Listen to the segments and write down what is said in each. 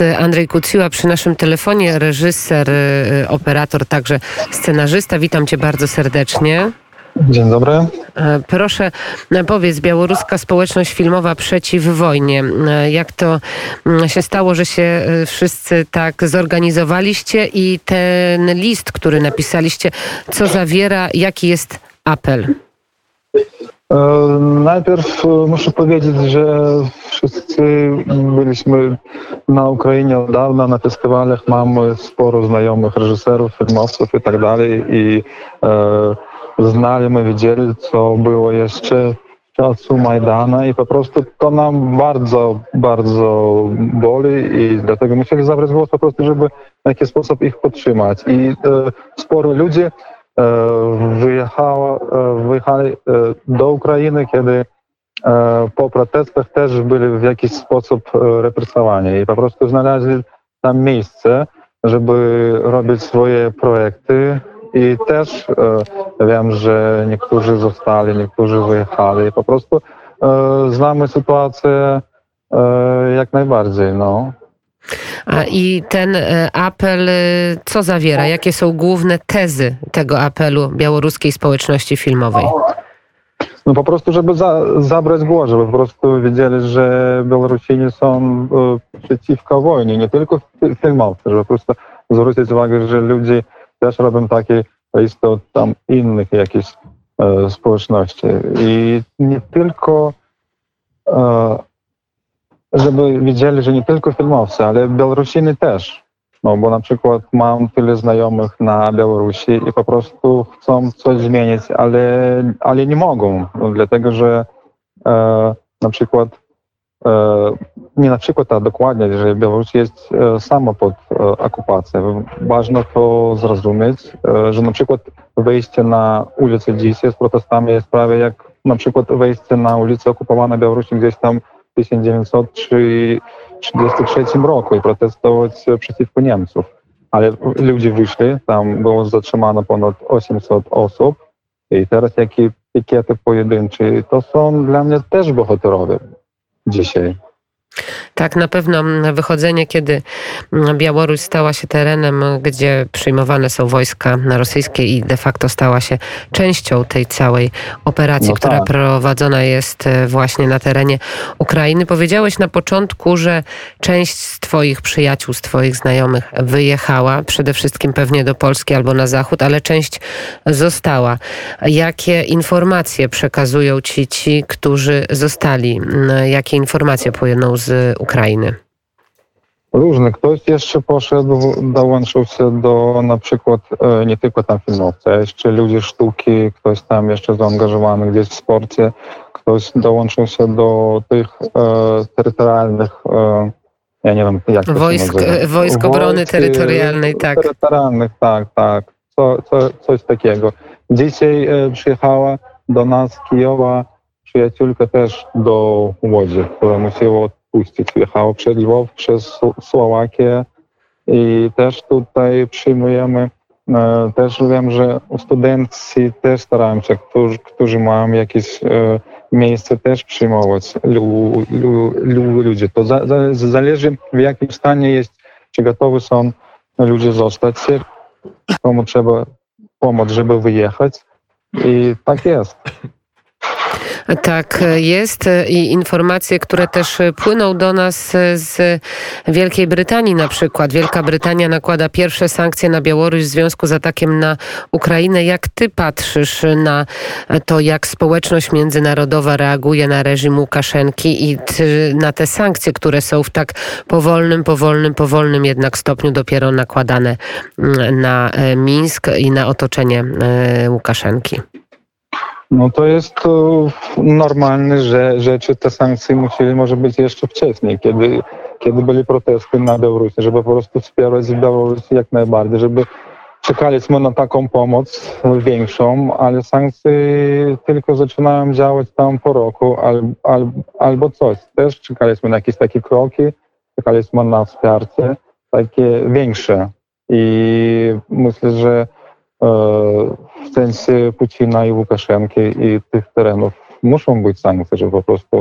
Andrzej Kuciła przy naszym telefonie, reżyser, operator, także scenarzysta. Witam cię bardzo serdecznie. Dzień dobry. Proszę, powiedz, białoruska społeczność filmowa przeciw wojnie. Jak to się stało, że się wszyscy tak zorganizowaliście i ten list, który napisaliście, co zawiera, jaki jest apel? Najpierw muszę powiedzieć, że wszyscy byliśmy na Ukrainie od dawna, na festiwalach, mamy sporo znajomych reżyserów, filmowców i tak dalej i znali, my wiedzieli, co było jeszcze w czasu Majdana i po prostu to nam bardzo, bardzo boli i dlatego musieli zabrać głos po prostu, żeby w jakiś sposób ich podtrzymać. I sporo ludzi wyjechali do Ukrainy, kiedy po protestach też byli w jakiś sposób represowani i po prostu znaleźli tam miejsce, żeby robić swoje projekty i też wiem, że niektórzy zostali, niektórzy wyjechali i po prostu znamy sytuację jak najbardziej, no. I ten apel co zawiera? Jakie są główne tezy tego apelu białoruskiej społeczności filmowej? No po prostu, żeby zabrać głos, żeby po prostu wiedzieli, że Białorusini są przeciwko wojnie, nie tylko filmowcy, żeby po prostu zwrócić uwagę, że ludzie też robią takie listy od tam innych jakichś społeczności. I nie tylko żeby wiedzieli, że nie tylko filmowcy, ale Białorusini też. No bo na przykład mam tyle znajomych na Białorusi i po prostu chcą coś zmienić, ale nie mogą, dlatego że na przykład nie na przykład, a dokładnie, że Białoruś jest sama pod okupacją. Ważne to zrozumieć, że na przykład wejście na ulicę dzisiaj z protestami jest prawie jak na przykład wejście na ulicę okupowanej Białorusi gdzieś tam w 1933 roku i protestować przeciwko Niemców. Ale ludzie wyszli, tam było zatrzymano ponad 800 osób i teraz jakie pikiety pojedyncze, to są dla mnie też bohaterowie dzisiaj. Tak, na pewno wychodzenie, kiedy Białoruś stała się terenem, gdzie przyjmowane są wojska rosyjskie i de facto stała się częścią tej całej operacji, która prowadzona jest właśnie na terenie Ukrainy. Powiedziałeś na początku, że część z twoich przyjaciół, z twoich znajomych wyjechała, przede wszystkim pewnie do Polski albo na zachód, ale część została. Jakie informacje przekazują ci, którzy zostali? Jakie informacje płyną z Ukrainy? Różne. Ktoś jeszcze poszedł, dołączył się do na przykład nie tylko tam filmowcy, a jeszcze ludzie sztuki, ktoś tam jeszcze zaangażowany gdzieś w sporcie, ktoś dołączył się do tych terytorialnych, ja nie wiem jak to się nazywa. Wojsk Obrony Terytorialnej, tak. Terytorialnych, tak. Coś takiego. Dzisiaj przyjechała do nas z Kijowa przyjaciółka też do Łodzi, która musiała odpuścić. Jechała przez Lwów, przez Słowakię i też tutaj przyjmujemy. Też wiem, że studenci też starają się, którzy mają jakieś miejsce też przyjmować ludzi. To zależy w jakim stanie jest, czy gotowi są ludzie zostać, komu trzeba pomóc, żeby wyjechać i tak jest. Tak jest i informacje, które też płyną do nas z Wielkiej Brytanii na przykład. Wielka Brytania nakłada pierwsze sankcje na Białoruś w związku z atakiem na Ukrainę. Jak ty patrzysz na to, jak społeczność międzynarodowa reaguje na reżim Łukaszenki i na te sankcje, które są w tak powolnym jednak stopniu dopiero nakładane na Mińsk i na otoczenie Łukaszenki? No to jest normalne, że rzeczy, te sankcje musieli może być jeszcze wcześniej, kiedy byli protesty na Białorusi, żeby po prostu wspierać Białoruś jak najbardziej, żeby czekaliśmy na taką pomoc większą, ale sankcje tylko zaczynają działać tam po roku albo coś. Też czekaliśmy na jakieś takie kroki, czekaliśmy na wsparcie takie większe i myślę, że w sensie Putina i Łukaszenki i tych terenów muszą być sankcje, żeby po prostu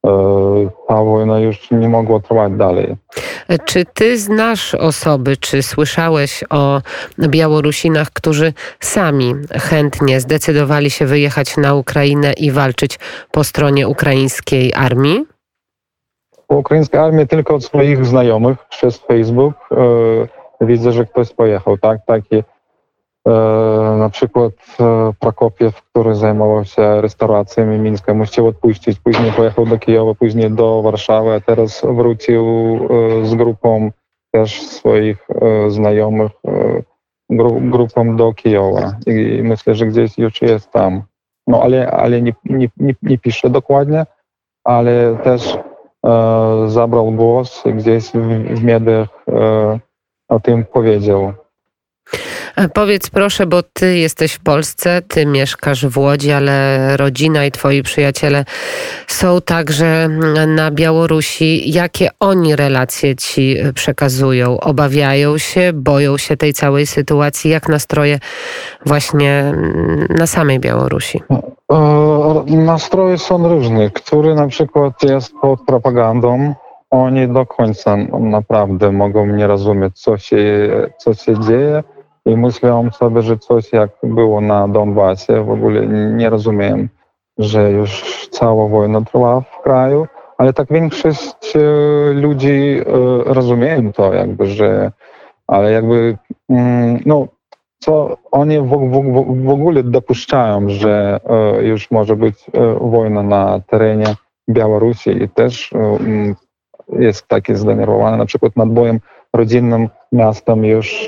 ta wojna już nie mogła trwać dalej. Czy ty znasz osoby, czy słyszałeś o Białorusinach, którzy sami chętnie zdecydowali się wyjechać na Ukrainę i walczyć po stronie ukraińskiej armii? Po ukraińskiej armii tylko od swoich znajomych przez Facebook widzę, że ktoś pojechał, tak? Taki na przykład Prokopiew, który zajmował się restauracjami Mińska, musiał odpuścić, później pojechał do Kijowa, później do Warszawy, a teraz wrócił z grupą też swoich znajomych, grupą do Kijowa i myślę, że gdzieś już jest tam. No ale nie pisze dokładnie, ale też zabrał głos gdzieś w mediach, o tym powiedział. Powiedz proszę, bo ty jesteś w Polsce, ty mieszkasz w Łodzi, ale rodzina i twoi przyjaciele są także na Białorusi. Jakie oni relacje ci przekazują? Obawiają się, boją się tej całej sytuacji? Jak nastroje właśnie na samej Białorusi? Nastroje są różne. Który na przykład jest pod propagandą, oni do końca naprawdę mogą nie rozumieć, co się dzieje i myślą sobie, że coś jak było na Donbasie, w ogóle nie rozumiem, że już cała wojna trwa w kraju, ale tak większość ludzi rozumieją to jakby, że ale jakby no co oni w ogóle dopuszczają, że już może być wojna na terenie Białorusi i też jest takie zdenerwowane, na przykład nad moim rodzinnym miastem już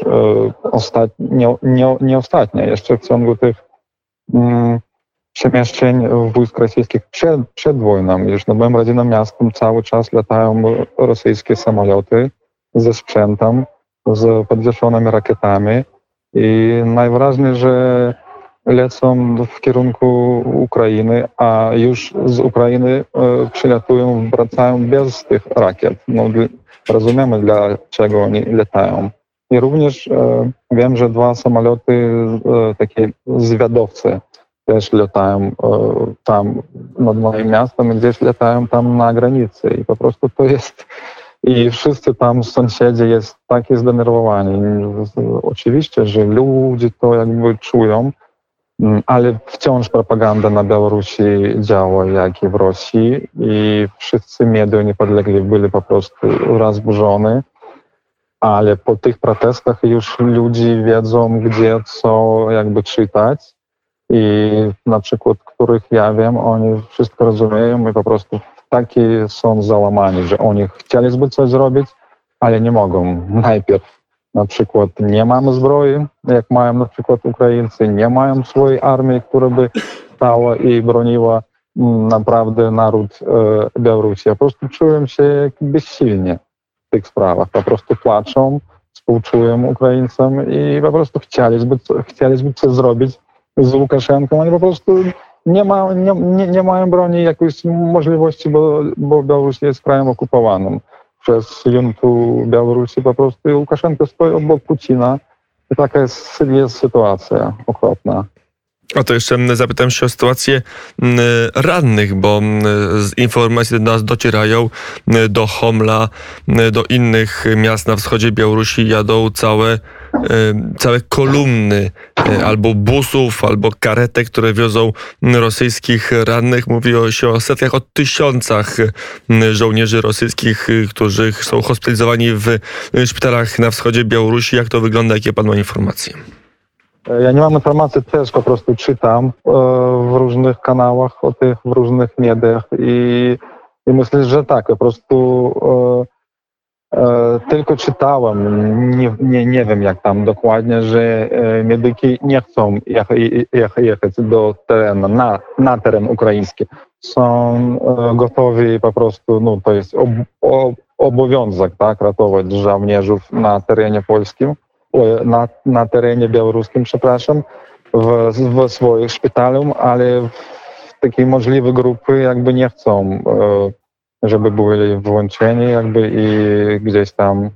nie ostatnio, jeszcze w ciągu tych przemieszczeń wojsk rosyjskich przed wojną, już nad moim rodzinnym miastem cały czas latają rosyjskie samoloty ze sprzętem, z podwieszonymi rakietami i najważniejsze, że lecą w kierunku Ukrainy, a już z Ukrainy przylatują, wracają bez tych rakiet. No, rozumiemy, dlaczego oni latają. I również wiem, że 2 samoloty, takie zwiadowcy też latają tam nad moim miastem, gdzieś latają tam na granicy i po prostu to jest i wszyscy tam sąsiedzi jest takie zdenerwowani. Oczywiście, że ludzie to jakby czują, ale wciąż propaganda na Białorusi działa, jak i w Rosji i wszyscy media niepodlegli byli po prostu rozburzone, ale po tych protestach już ludzie wiedzą, gdzie co jakby czytać i na przykład, których ja wiem, oni wszystko rozumieją i po prostu taki są załamani, że oni chcieliby coś zrobić, ale nie mogą. Najpierw na przykład nie mamy zbroi, jak mają na przykład Ukraińcy, nie mają swojej armii, która by stała i broniła naprawdę naród Białorusi. Po prostu czułem się bezsilnie w tych sprawach. Po prostu płaczą, współczują Ukraińcom i po prostu chcieliby coś zrobić z Łukaszenką. Oni po prostu nie mają broni jakiejś możliwości, bo Białoruś jest krajem okupowanym przez juntu Białorusi. Po prostu Łukaszenko stoi obok Putina i taka jest sytuacja okropna. A to jeszcze zapytam się o sytuację rannych, bo z informacji do nas docierają do Homla, do innych miast na wschodzie Białorusi jadą całe kolumny albo busów, albo karetek, które wiozą rosyjskich rannych. Mówi się o setkach, o tysiącach żołnierzy rosyjskich, którzy są hospitalizowani w szpitalach na wschodzie Białorusi. Jak to wygląda? Jakie pan ma informacje? Ja nie mam informacji, też po prostu czytam w różnych kanałach o tych, w różnych mediach i myślę, że tak, po prostu tylko czytałem, nie wiem jak tam dokładnie, że medyki nie chcą jechać do terenu, na teren ukraiński. Są gotowi po prostu, no to jest obowiązek, tak, ratować żołnierzów na terenie polskim. Na terenie białoruskim, przepraszam, w swoich szpitalu, ale w takiej możliwej grupy jakby nie chcą, żeby byli włączeni jakby i gdzieś tam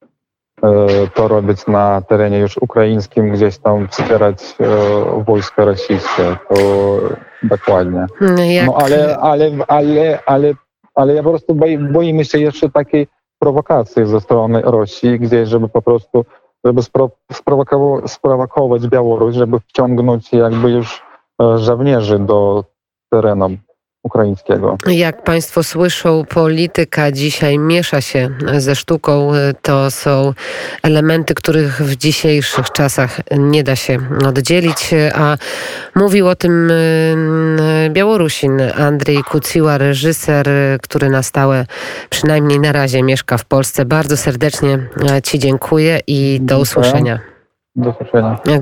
to robić na terenie już ukraińskim, gdzieś tam wspierać wojska rosyjskie. To dokładnie. No ale ja po prostu boimy się jeszcze takiej prowokacji ze strony Rosji, gdzieś, żeby po prostu, żeby sprowokować Białoruś, żeby wciągnąć jakby już żołnierzy do terenu ukraińskiego. Jak Państwo słyszą, polityka dzisiaj miesza się ze sztuką. To są elementy, których w dzisiejszych czasach nie da się oddzielić, a mówił o tym Białorusin Andrzej Kuciła, reżyser, który na stałe, przynajmniej na razie, mieszka w Polsce. Bardzo serdecznie Ci dziękuję i do usłyszenia. Do usłyszenia.